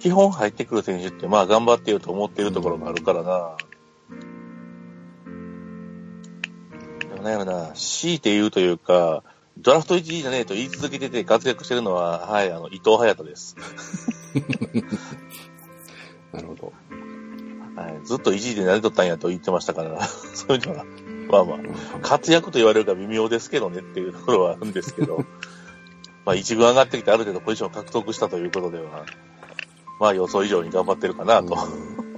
基本入ってくる選手って、まあ頑張っていると思っているところがあるからな。でもなんやろな、強いて言うというか、ドラフト1位じゃねえと言い続けてて活躍してるのは、はい、伊藤隼人です。 なるほど。 はい、ずっと1位で何取ったんやと言ってましたから、そういうのは、まあまあ、活躍と言われるか微妙ですけどねっていうところはあるんですけど、まあ一軍上がってきてある程度ポジションを獲得したということでは、まあ予想以上に頑張ってるかなと。 難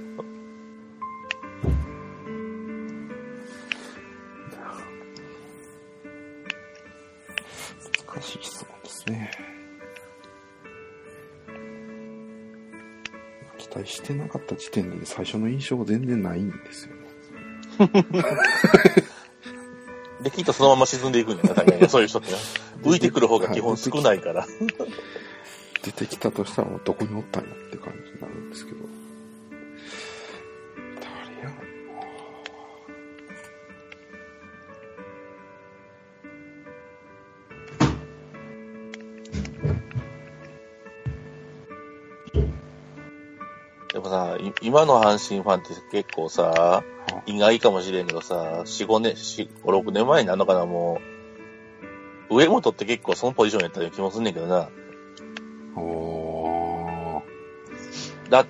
しい質問ですね。期待してなかった時点で最初の印象が全然ないんですよね。 で、きっとそのまま沈んでいくんだよな、大概そういう人ってな。浮いてくる方が基本少ないから。 出てきたとしたらどこにおったんやって感じになるんですけど。誰やろでもさ、今の阪神ファンって結構さ、意外かもしれんけどさ、4、5年、4、5、6年前になるのかな、もう、上本って結構そのポジションやったような気もすんねんけどな。だって、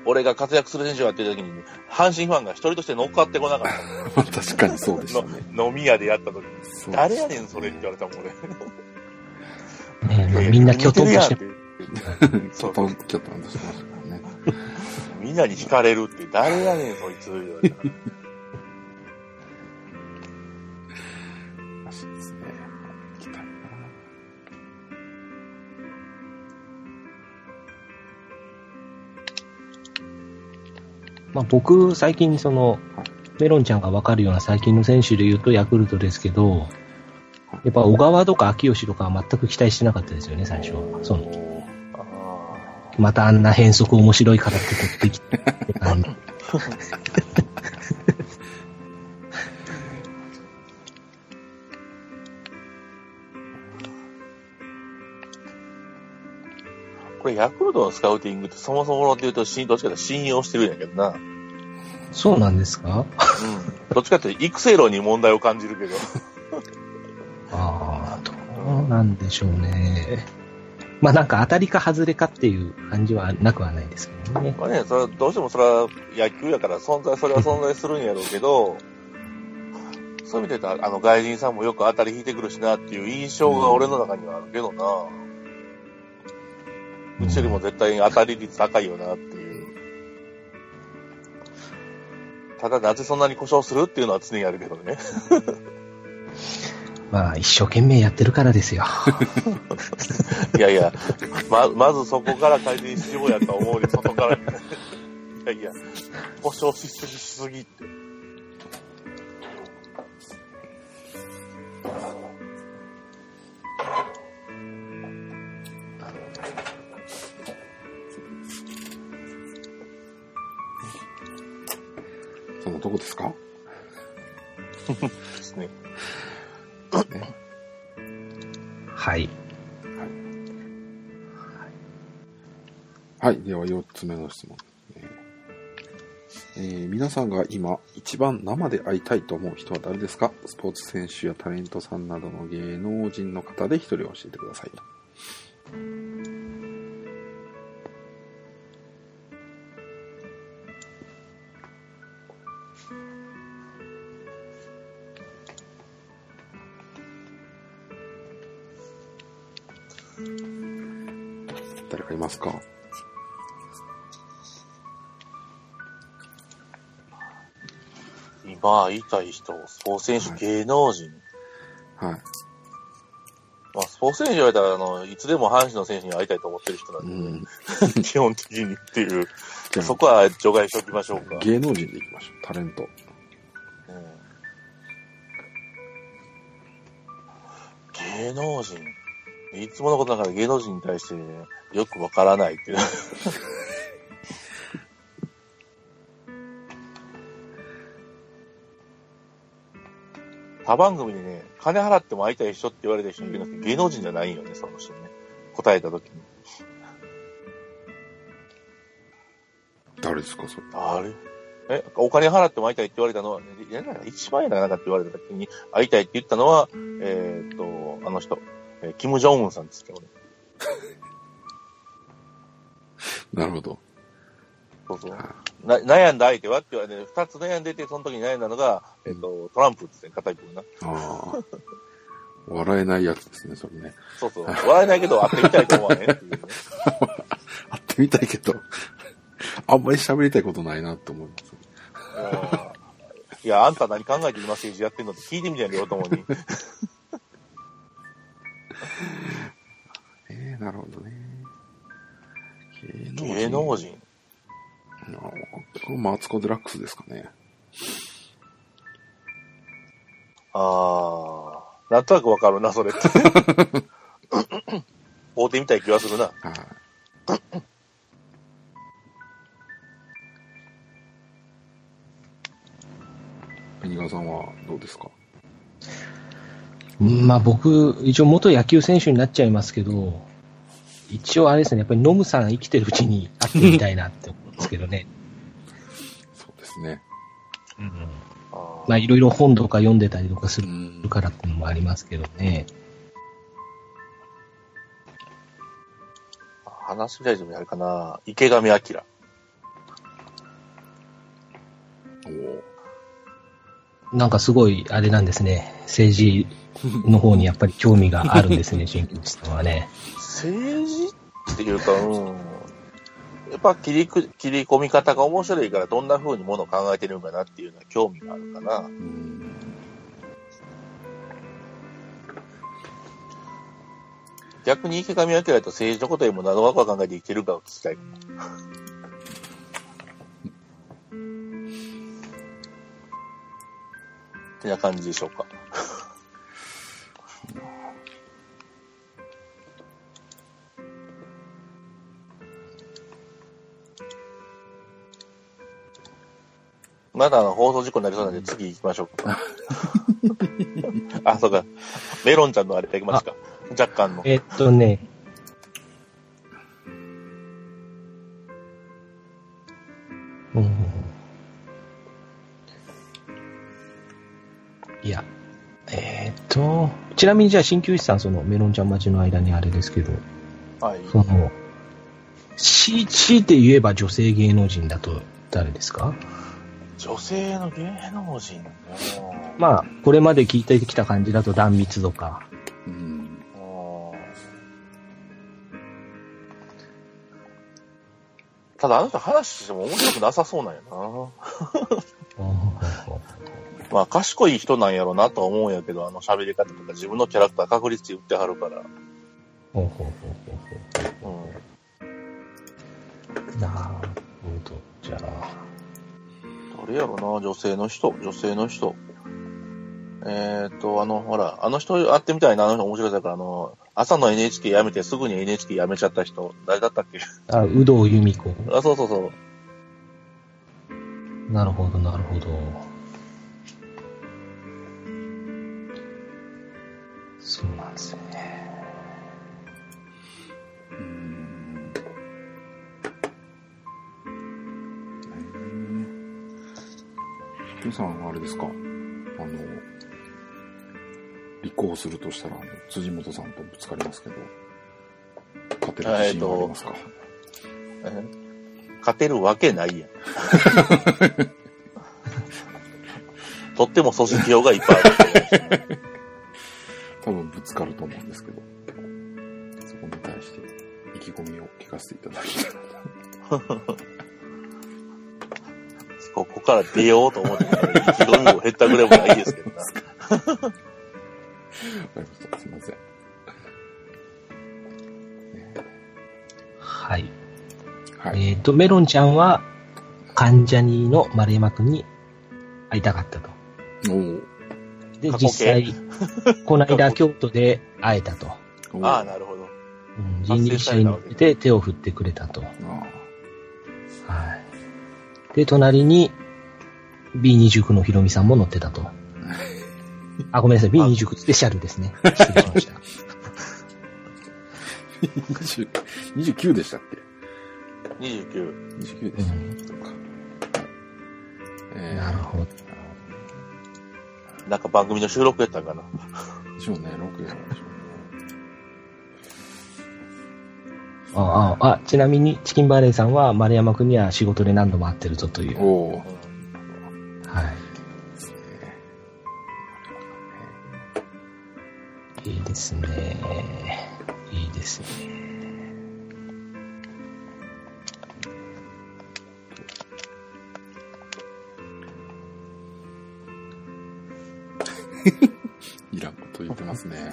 俺が活躍する選手をやってる時に、阪神ファンが一人として乗っかってこなかった。 確かにそうでしたね。 飲み屋でやった時に、誰やねんそれって言われたもん、 俺。ね、みんなキョトンとして。 キョトンとしてましたからね。 みんなに惹かれるって誰やねんそいつ言われたら。 らしいですね。行きたいな。 まあ僕、最近メロンちゃんがわかるような最近の選手で言うとヤクルトですけど、やっぱ小川とか秋吉とかは全く期待してなかったですよね、最初は。またあんな変則面白い形で取ってきて。 これヤクルトのスカウティングってそもそものって言うとどっちかというと信用してるんやけどな。 そうなんですか？ うん。どっちかというと育成論に問題を感じるけど。 ああ、どうなんでしょうね。まあなんか当たりか外れかっていう感じはなくはないですけどね。 まあね、それはどうしてもそれは野球やからそれは存在するんやろうけど、そういう意味で言うと外人さんもよく当たり引いてくるしなっていう印象が俺の中にはあるけどな。うちよりも絶対に当たり率高いよなっていう。ただなぜそんなに故障するっていうのは常にあるけどね。まあ一生懸命やってるからですよ。 いやいや、まずそこから改善しようやと思うに外から。いやいや、故障しすぎって。 そんなとこですか？ ですね。 はい。 はい。では4つ目の質問ですね。皆さんが今一番生で会いたいと思う人は誰ですか？スポーツ選手やタレントさんなどの芸能人の方で一人教えてくださいと。誰かいますか？ 今会いたい人、スポーツ選手、芸能人。 はい。 まあ、スポーツ選手言われたら、いつでも阪神の選手に会いたいと思ってる人なんで、基本的にっていう。そこは除外しておきましょうか。 芸能人でいきましょう。タレント。 芸能人。いつものことだから芸能人に対してよくわからないっていう。他番組でね、金払っても会いたい人って言われた人いるんですけど、芸能人じゃないよね、その人ね。答えたときに。 誰ですか、それ。 あれお金払っても会いたいって言われたのは、1万円なかって言われた時に会いたいって言ったのは、あの人、キム・ジョンウンさんですけどね。 なるほど。 そうそう。悩んだ相手はって言われて、2つ悩んでて、その時に悩んだのが、トランプですね、片一方な。 ああ。笑えないやつですね、それね。 そうそう。笑えないけど、会ってみたいと思わねっていうね。 会ってみたいけど、あんまり喋りたいことないなって思います。 いや、あんた何考えて今政治やってんのって聞いてみたいんだよ、ともに。 なるほどね。 芸能人。 マツコ・デラックスですかね。 なんとなくわかるな、それって。会うてみたい気がするな。 ペニガーさんはどうですか？ まあ僕、一応元野球選手になっちゃいますけど、一応あれですね、やっぱりノムさん生きてるうちに会ってみたいなって思うんですけどね。 そうですね。 まあいろいろ本とか読んでたりとかするからっていうのもありますけどね。 話しみたいでもやるかな。池上彰。 なんかすごいあれなんですね。政治の方にやっぱり興味があるんですね、新吉さんはね。 政治っていうか、やっぱ切り込み方が面白いから、どんな風にものを考えてるのかなっていうのは興味があるかな。逆に池上彰と政治のことよりも何の考えて生きてるかを聞きたい。ってな感じでしょうか。まだ放送事故になりそうなんで次行きましょうか。そうか。メロンちゃんのあれいきますか。若干の。 いや、ちなみにじゃあ鍼灸師さん、そのメロンちゃん待ちの間にあれですけど、 はい。 強いて言えば女性芸能人だと誰ですか？ 女性の芸能人まあ、これまで聞いてきた感じだと壇蜜とか。 ただあの人話しても面白くなさそうなんやな。まあ賢い人なんやろうなとは思うんやけど、喋り方とか自分のキャラクター確率で言ってはるから。 なるほど。じゃあ。 誰やろな、女性の人。ほら、あの人会ってみたいな、あの人面白いだから、朝の NHK 辞めてすぐに NHK 辞めちゃった人、誰だったっけ？ 有働由美子。 そうそうそう。 なるほど。そうなんですね。 皆さんはあれですか？立候補するとしたら、辻元さんとぶつかりますけど、勝てる自信はありますか？ 勝てるわけないやん。とっても組織票がいっぱいある。 多分ぶつかると思うんですけど、そこに対して意気込みを聞かせていただきたいなと。 ここから出ようと思って、意気込みも減ったぐらいもないですけどな。 すいません。 はい。メロンちゃんは、関ジャニの丸山くんに会いたかったと。で、実際、この間京都で会えたと。 ああ、なるほど。 人力車に乗って手を振ってくれたと。はい。で、隣に B29 のヒロミさんも乗ってたと。ごめんなさい。B29 スペシャルですね。失礼しました。 29でしたっけ？ 29。 29です。そうか。 なるほど。 なんか番組の収録やったんかな。 でしょうね、6やでしょちなみに、チキンバレーさんは丸山くんには仕事で何度も会ってるぞという。 おー。 はい。いいですね。いいですね。 いらんこと言ってますね。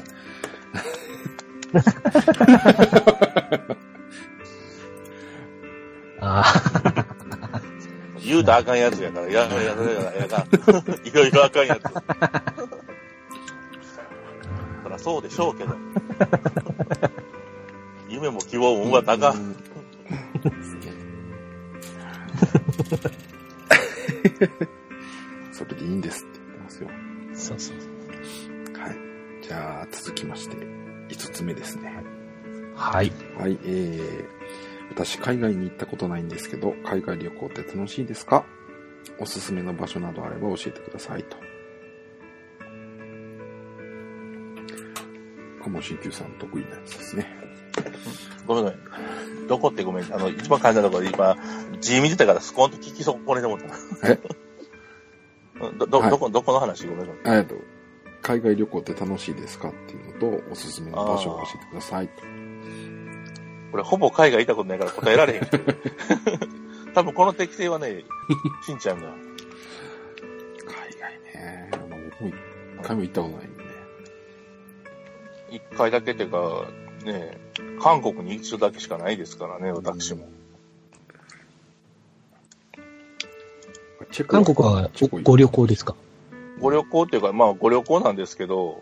言うとあかんやつやから、やかん。いろいろあかんやつ。そらそうでしょうけど。夢も希望も奪ったあかん。 それでいいんですって言ってますよ。 そうそう。 はい。じゃあ、続きまして、5つ目ですね。 はい。 はい、私、海外に行ったことないんですけど、海外旅行って楽しいですか？おすすめの場所などあれば教えてくださいと。鴨新旧さん得意なやつですね。 ごめん。どこってごめん。一番簡単なところで今、字見てたからスコーンと聞き損ねて思った。 えどこの話ごめんなさい。 海外旅行って楽しいですかっていうのと、おすすめの場所を教えてくださいと。 これほぼ海外行ったことないから答えられへんけど。多分この適性はね、しんちゃんが。 海外ね。僕も一回も行ったことないんでね。 一回だけっていうか、ね、韓国に一度だけしかないですからね、私も。 韓国はご旅行ですか？ ご旅行っていうか、まあご旅行なんですけど、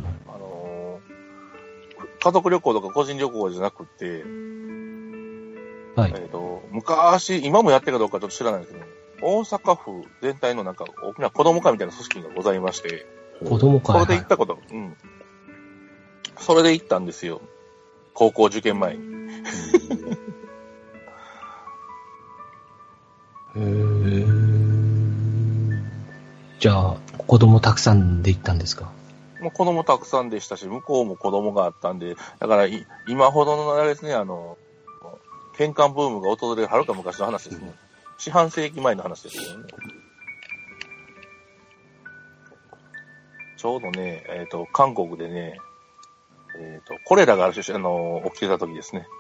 家族旅行とか個人旅行じゃなくて、 はい。 昔、今もやってるかどうかちょっと知らないんですけど、大阪府全体のなんか大きな子供会みたいな組織がございまして、 子供会。 それで行ったこと、うん。それで行ったんですよ。高校受験前に。 じゃあ、子供たくさんで行ったんですか？ もう子供たくさんでしたし、向こうも子供があったんで、だから今ほどのあれですね、転換ブームが訪れるはるか昔の話ですね。四半世紀前の話ですよね。ちょうどね、韓国でね、コレラが起きてた時ですね。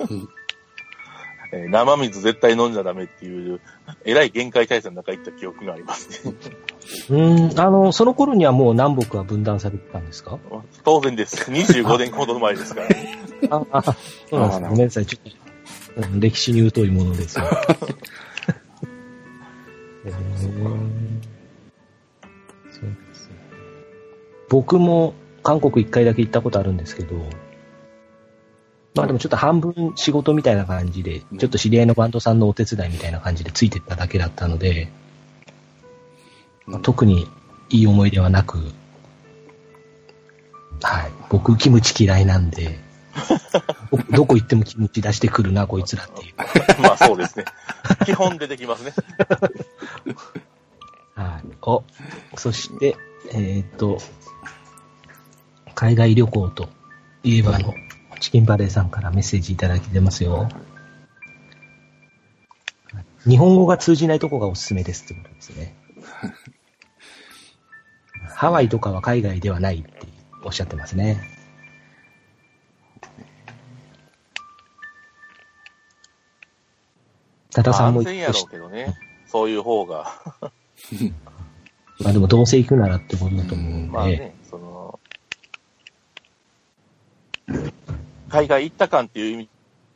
生水絶対飲んじゃダメっていう、えらい限界体制の中行った記憶がありますね。 その頃にはもう南北は分断されてたんですか？ 当然です。25年ほど前ですから。 そうなんです。ごめんなさい。ちょっと、歴史に疎いものですよ。そうですね。僕も韓国1回だけ行ったことあるんですけど、まあでもちょっと半分仕事みたいな感じで、ちょっと知り合いのバンドさんのお手伝いみたいな感じでついてっただけだったので、特にいい思い出はなく、はい。僕、キムチ嫌いなんで、どこ行ってもキムチ出してくるな、こいつらっていう。 まあそうですね。基本出てきますね。 はい。そして、海外旅行といえばチキンバレーさんからメッセージいただいてますよ。日本語が通じないとこがおすすめですってことですね。ハワイとかは海外ではないっておっしゃってますね。多田さんも安全やろうけどね。そういう方が。 まあでもどうせ行くならってことだと思うんで。 まあね、海外行った感っていう意味。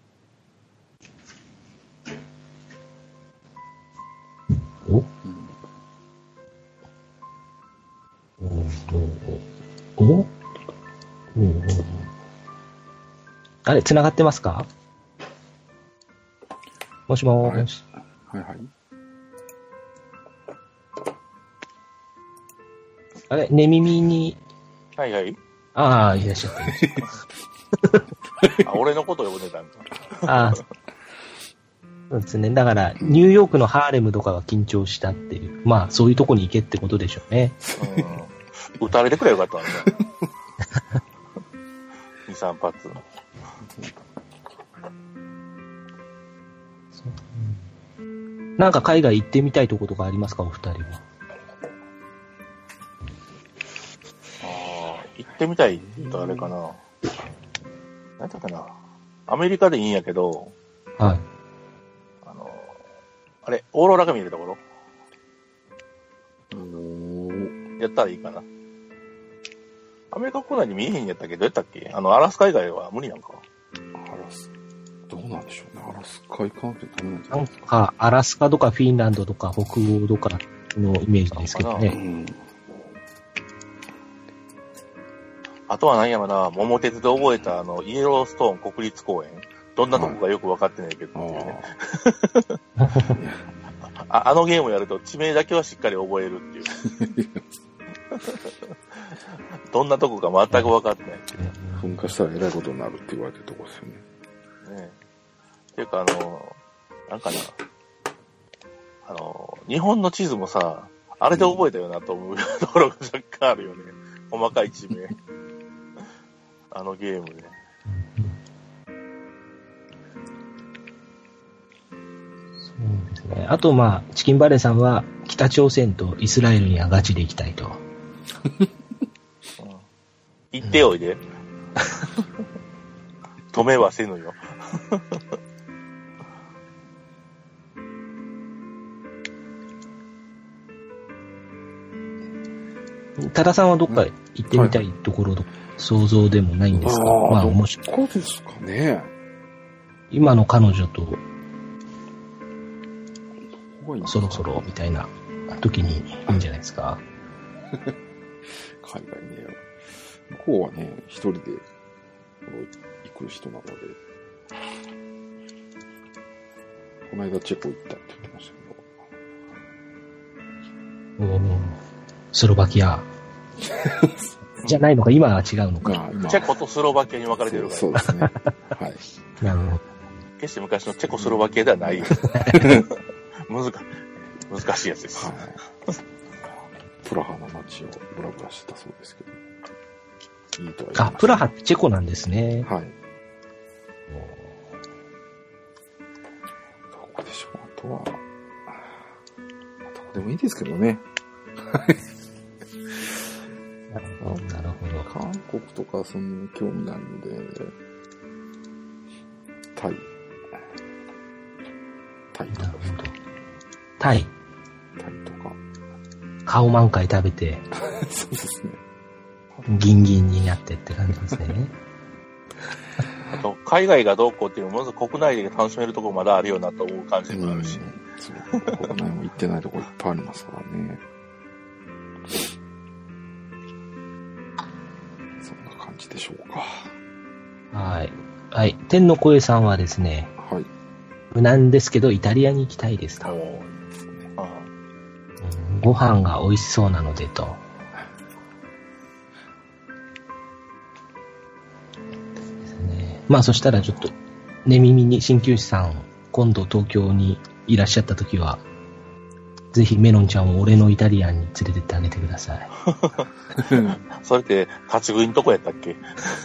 あれ、繋がってますか？もしもーし。 はいはい。 あれ、寝耳に。 はいはい。 ああ、いらっしゃった。 俺のこと呼んでたんだ。 ああ。 そうですね。だから、ニューヨークのハーレムとかが緊張したっていう。まあ、そういうとこに行けってことでしょうね。 撃たれてくれよかったのね。2、3発。 なんか海外行ってみたいとことかありますか、お二人は。 行ってみたいって言うとあれかな。何だったかな。アメリカでいいんやけど、 はい。 あれ、オーロラが見えるところおやったらいいかな。アメリカ国内に見えへんやったっけどうやったっけアラスカ以外は無理なんか。 どうなんでしょうね。アラスカ行かなきゃダメなんじゃななんいですか。 か、アラスカとかフィンランドとか北欧とかのイメージですけどね。 あとは何やろな、桃鉄で覚えたイエローストーン国立公園。どんなとこかよく分かってないけどっていうね。あのゲームやると地名だけはしっかり覚えるっていう。どんなとこか全く分かってないっていう。 噴火したらえらいことになるって言われてるとこですよね。 ねっていうかなんかな、日本の地図もさ、あれで覚えたよなと思うところが若干あるよね。細かい地名。あのゲームね。 そうですね。あと、まあ、チキンバレーさんは北朝鮮とイスラエルにはガチで行きたいと。 行っておいで。止めはせぬよ。 多田さんはどっか行ってみたいところとか、想像でもないんですか？まあ、もしどこですかね。 今の彼女とそろそろみたいな時にいいんじゃないですか。 海外ね。向こうはね、一人で行く人なので、この間チェコ行ったって言ってましたけど。 スロバキア。じゃないのか、今は違うのか。 チェコとスロバキアに分かれてるから。 そうですね。はい。 なるほど。 決して昔のチェコスロバキアではないよ。難しいやつです。はい。 プラハの街をブラブラしてたそうですけど。いいとは言いましたね。 プラハってチェコなんですね。 はい。どこでしょう。あとは、どこでもいいですけどね。 なるほど、なるほど。 韓国とかそんな興味ないので、タイとかですか。 タイとか。 カオマンカイ食べて、 そうですね。 ギンギンになってって感じですね。 あと、海外がどうこうっていうのも、まず国内で楽しめるところまだあるよなと思う感じもあるし。 そう、国内も行ってないところいっぱいありますからね。そんな感じでしょうか。 はい。はい。天の声さんはですね、 はい。 無難ですけど、イタリアに行きたいですと。ご飯が美味しそうなのでと。ですね。まあそしたらちょっと、寝耳に鍼灸師さん、今度東京にいらっしゃった時は、ぜひメロンちゃんを俺のイタリアンに連れてってあげてください。 それって立ち食いのとこやったっけ？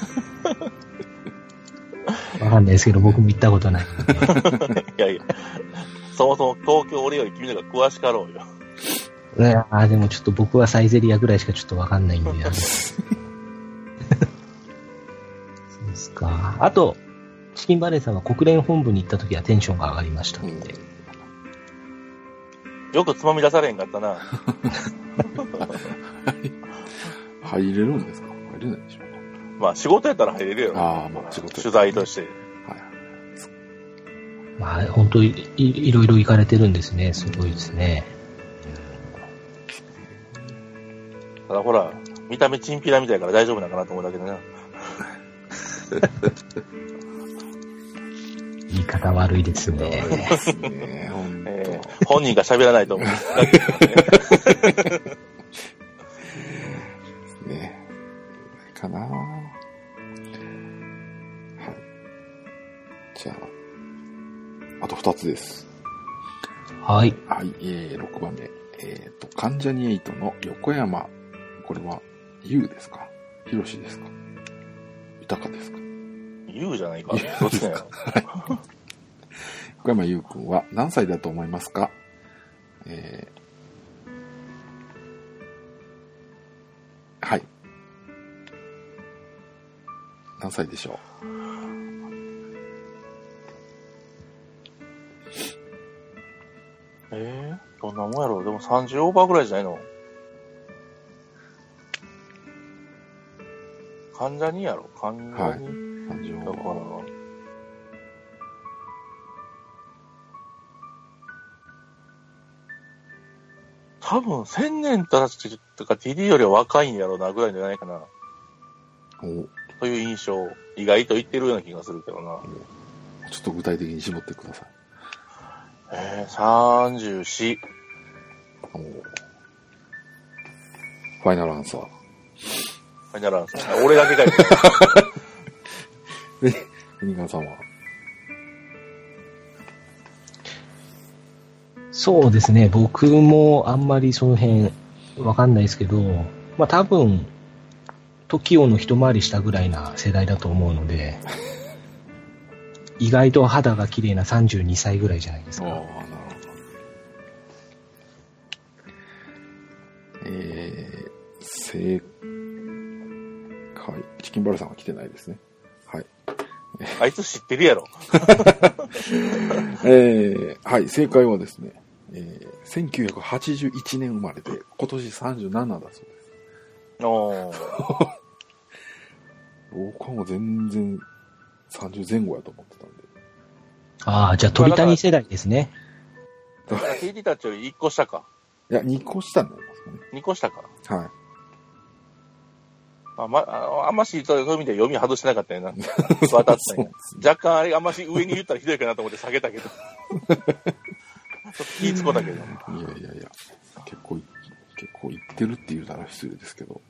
わかんないですけど、僕も行ったことないので。 いやいや、そもそも東京俺より君の方が詳しかろうよ。 でもちょっと僕はサイゼリアぐらいしかちょっとわかんないんで。そうですか。あと、チキンバレーさんは国連本部に行った時はテンションが上がりましたので。 よくつまみ出されへんかったな。 入れるんですか？入れないでしょうか。 まあ仕事やったら入れるよ。 ああ、まあ仕事。 取材として。はい。 まあ本当にいろいろ行かれてるんですね。すごいですね。 ただほら、見た目チンピラみたいから大丈夫なのかなと思うだけどな。 言い方悪いですね。 本人が喋らないと思うんですけどね。 ね。かな。はい。じゃあ、あと2つです。 はい。 はい、6番目。関ジャニ∞の横山。これは、ゆうですか？ひろしですか？豊ですか？ ゆうじゃないか。 どっちだよ。はい。横山ゆうくんは何歳だと思いますか？はい。何歳でしょう？ どんなもんやろう。でも30オーバーぐらいじゃないの？関ジャニやろ？関ジャニ、 はい、30 だから、多分1000年経つとか TD よりは若いんやろうなぐらいじゃないかな。という印象。意外と言ってるような気がするけどな。 ちょっと具体的に絞ってください。 34。 ファイナルアンサー。 ファイナルアンサー。俺だけ書いてる。 ミカさんは？ そうですね。僕もあんまりその辺わかんないですけど、まあ多分、TOKIOの一回りしたぐらいな世代だと思うので、意外と肌が綺麗な32歳ぐらいじゃないですか。 なるほど。正解。チキンバルさんは来てないですね。はい。 あいつ知ってるやろ。 はい、正解はですね、1981年生まれで、今年37だそうです。僕はもう全然30前後やと思ってたんで。 ああ、じゃあ鳥谷世代ですね。 だから TD たちより1個下か。 いや、2個下になりますかね。 2個下か。 はい。 あんましそういう意味で読み外してなかったよな。渡ったんや。若干あれあんまし上に言ったらひどいかなと思って下げたけど。ちょっと気ぃつこだけど。 いや、結構言ってるって言うたら失礼ですけど。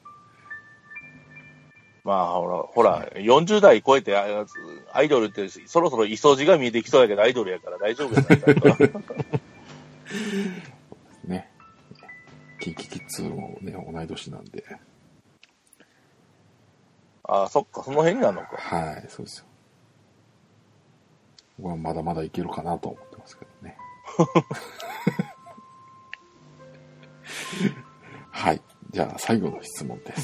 まあほら、40代超えてアイドルってそろそろイソジが見えてきそうやけどアイドルやから大丈夫やないか。 ね。キンキキッズもね、同い年なんで。 ああ、そっか、その辺になるのか。 はい、そうですよ。僕はまだまだいけるかなと思ってますけどね。はい。じゃあ、最後の質問です。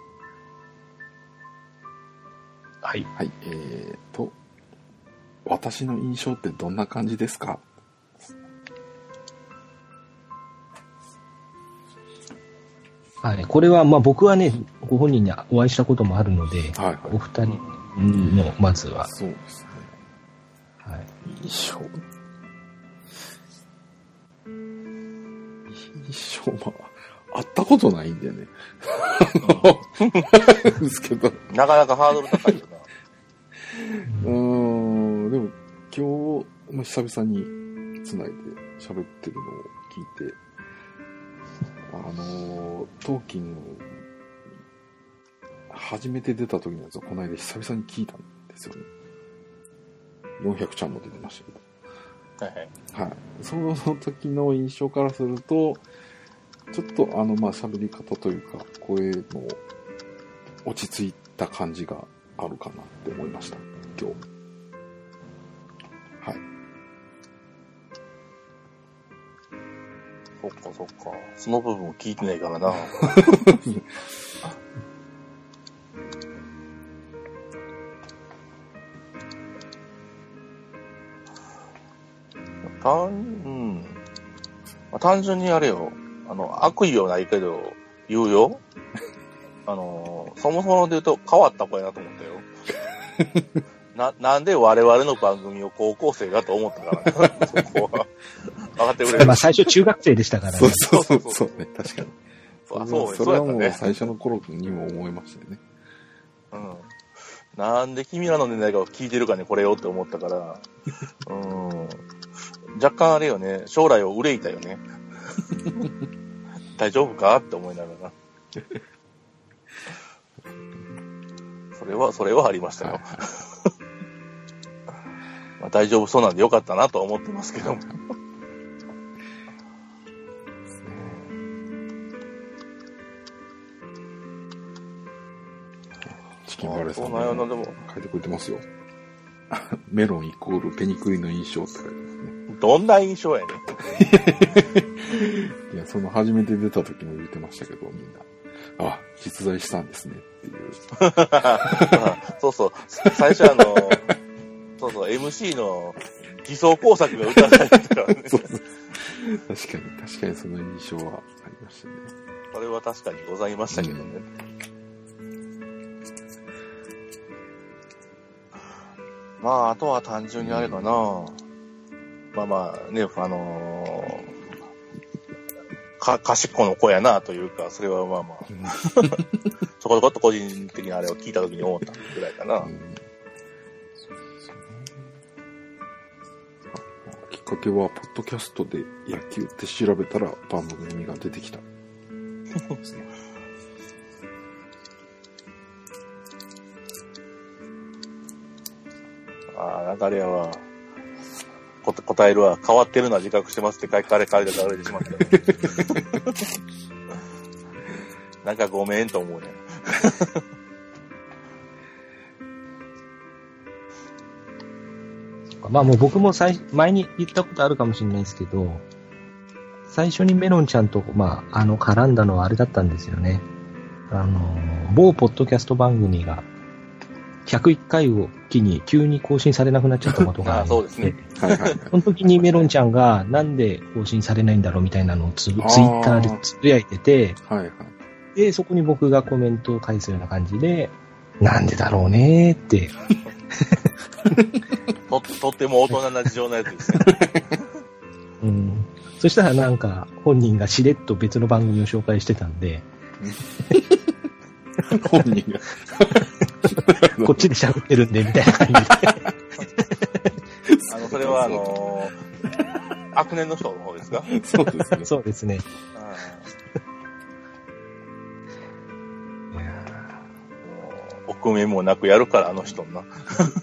はい。 はい。私の印象ってどんな感じですか？ はい。これは、まあ僕はね、ご本人にお会いしたこともあるので、 はいはい、 お二人の、まずは。 そうですね。 はい。 印象、まあ、会ったことないんでね。ですけど。 なかなかハードル高いよな。 でも今日、久々に繋いで喋ってるのを聞いて、トーキング初めて出た時のやつをこの間久々に聞いたんですよね。400ちゃんも出てましたけど。はい。その時の印象からすると、ちょっと喋り方というか、声の落ち着いた感じがあるかなって思いました、今日。はい。 そっか。その部分を聞いてないからな。単純にあれよ。悪意はないけど、言うよ。そもそもで言うと変わった子やなと思ったよ。なんで我々の番組を高校生だと思ったからね。そこは。分かってくれる。 まあ最初中学生でしたからね。 そうね、確かに。 それはもう最初の頃にも思いましたよね。 うん。なんで君らの年代が聞いてるかね、これをって思ったから。若干あれよね、将来を憂いたよね。大丈夫かって思いながら。それはありましたよ。まあ、大丈夫そうなんでよかったなと思ってますけども。 谷さんも書いてくれてますよ。メロンイコールペニクリの印象って書いてますね。 どんな印象やねん。いや、その初めて出た時も言ってましたけど、みんな。あ、実在したんですねっていう。 そうそう。最初そうそう、MC の偽装工作が疑われてたからね。そうそう。 確かにその印象はありましたね。 それは確かにございましたけどね。まあ、あとは単純にあれかな。まあまあ、ね、賢いの子やなというか、それはまあまあ、ちょこちょこっと個人的にあれを聞いたときに思ったぐらいかな。 きっかけは、ポッドキャストで野球って調べたら番組が出てきた。ですね。 なんかあれやわ。答えるわ。変わってるのは自覚してますって書かれてしまった、ね。なんかごめんと思うね。 まあもう僕も前に言ったことあるかもしれないですけど、最初にメロンちゃんと、絡んだのはあれだったんですよね。某ポッドキャスト番組が、101回を機に急に更新されなくなっちゃったことがあって、 そうですね。 はいはい。 その時にメロンちゃんがなんで更新されないんだろうみたいなのをツイッターでつぶやいてて、 はいはい。 で、そこに僕がコメントを返すような感じで、なんでだろうねーって。 とっても大人な事情のやつですね。 うん。そしたらなんか本人がしれっと別の番組を紹介してたんで、 本人がこっちで喋ってるんでみたいな感じでそれは悪年の人の方ですか？ そうですね。 そうですね。 臆面もなくやるからあの人な。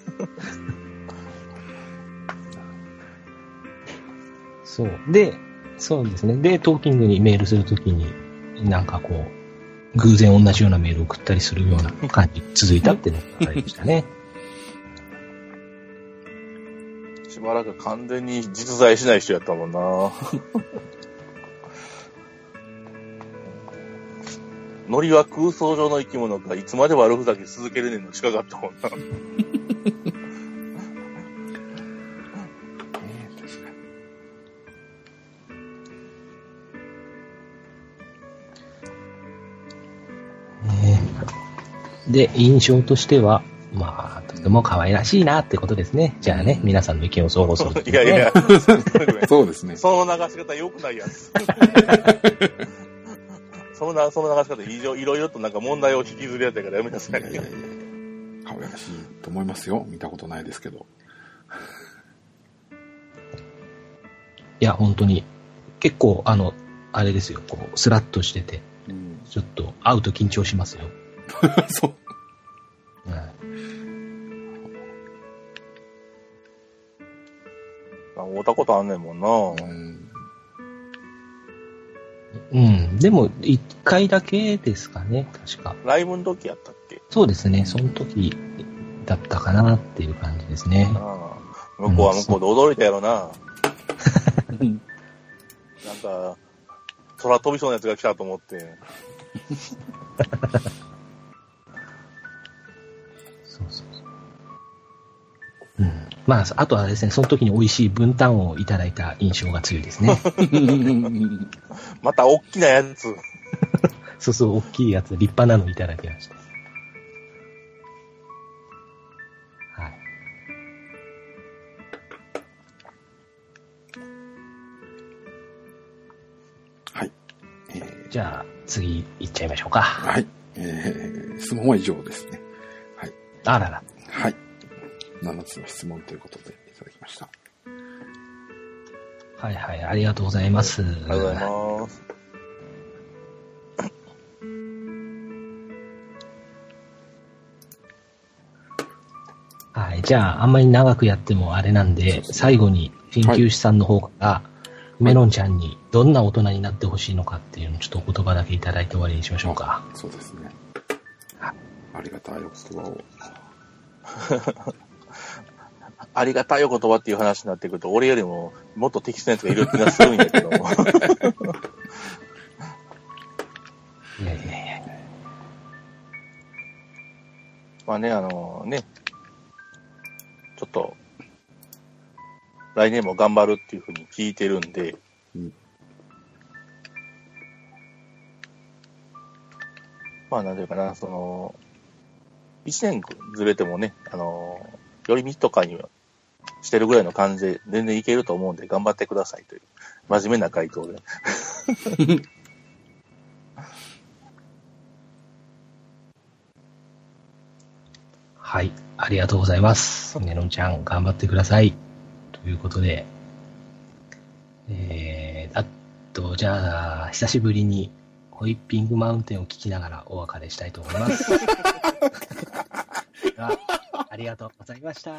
そうですね。で、トーキングにメールするときに、なんかこう、偶然同じようなメールを送ったりするような感じ、続いたっていうのがありましたね。 しばらく完全に実在しない人やったもんな。ノリは空想上の生き物がいつまで悪ふざけ続けるねんの近かったもんな。 で、印象としては、とても可愛らしいなってことですね。じゃあね、皆さんの意見を総合すると、ね。 いや、 そうですね。 その流し方良くないやつ。その流し方いろいろとなんか問題を引きずるやつやからやめなさい。 可愛らしいと思いますよ。見たことないですけど。 いや、本当に。結構、あれですよ、こう、スラッとしてて、ちょっと会うと緊張しますよ。 そう。 会ったことあんねんもんな。 でも、一回だけですかね、確か。 ライブの時やったっけ？ そうですね、その時だったかなっていう感じですね。 向こうは向こうで驚いたやろな。なんか、空飛びそうなやつが来たと思って。 あとはですね、その時に美味しい分担をいただいた印象が強いですね。 また大きなやつ。 そう、大きいやつ、立派なのいただきました。はい。 はい。 じゃあ、次行っちゃいましょうか。 はい。質問は以上ですね。はい。 あらら。 はい。7つの質問ということでいただきました。 はいはい、ありがとうございます。 ありがとうございます。 はい、じゃあ、あんまり長くやってもあれなんで、最後に研究士さんの方から、メロンちゃんにどんな大人になってほしいのかっていうのをちょっとお言葉だけいただいて終わりにしましょうか。 そうですね。 ありがたいお言葉を。 ありがたいお言葉っていう話になってくると、俺よりももっと適切なやつがいる気がするんやけども。 いやいやいや。 まあね、ちょっと、来年も頑張るっていうふうに聞いてるんで、 うん、 まあなんていうかな、1年ずれてもね、寄り道とかにはしてるぐらいの感じで全然いけると思うんで頑張ってくださいという真面目な回答で。 はい、ありがとうございます。メロンちゃん頑張ってください。ということで、じゃあ久しぶりにホイッピングマウンテンを聞きながらお別れしたいと思います。ありがとうございました。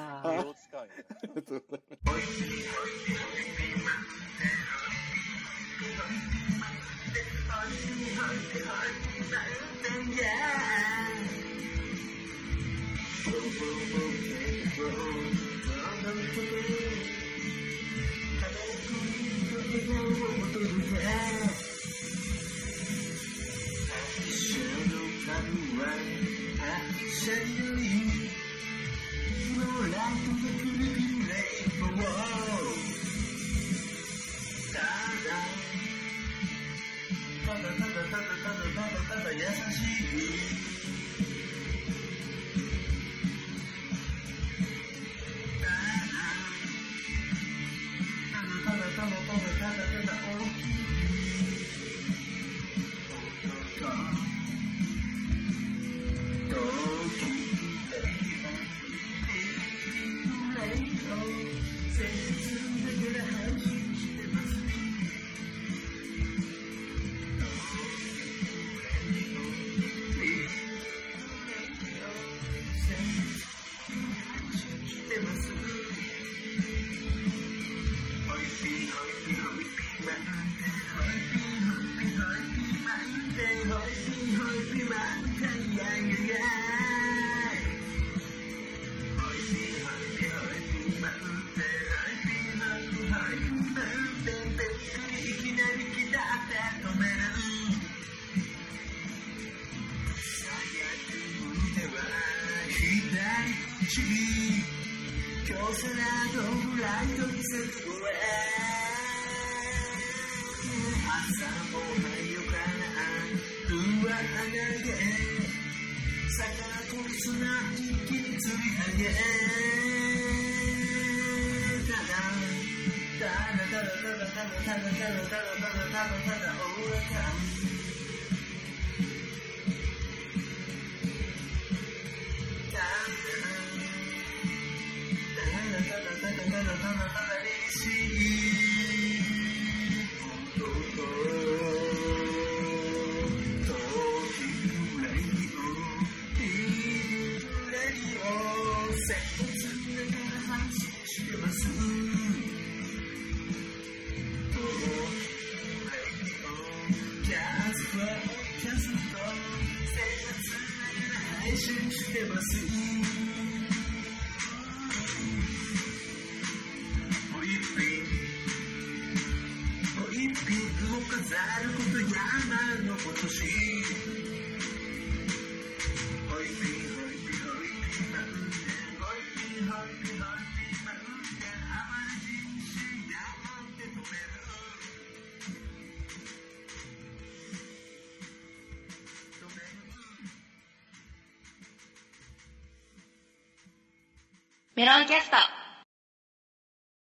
メロンキャスト。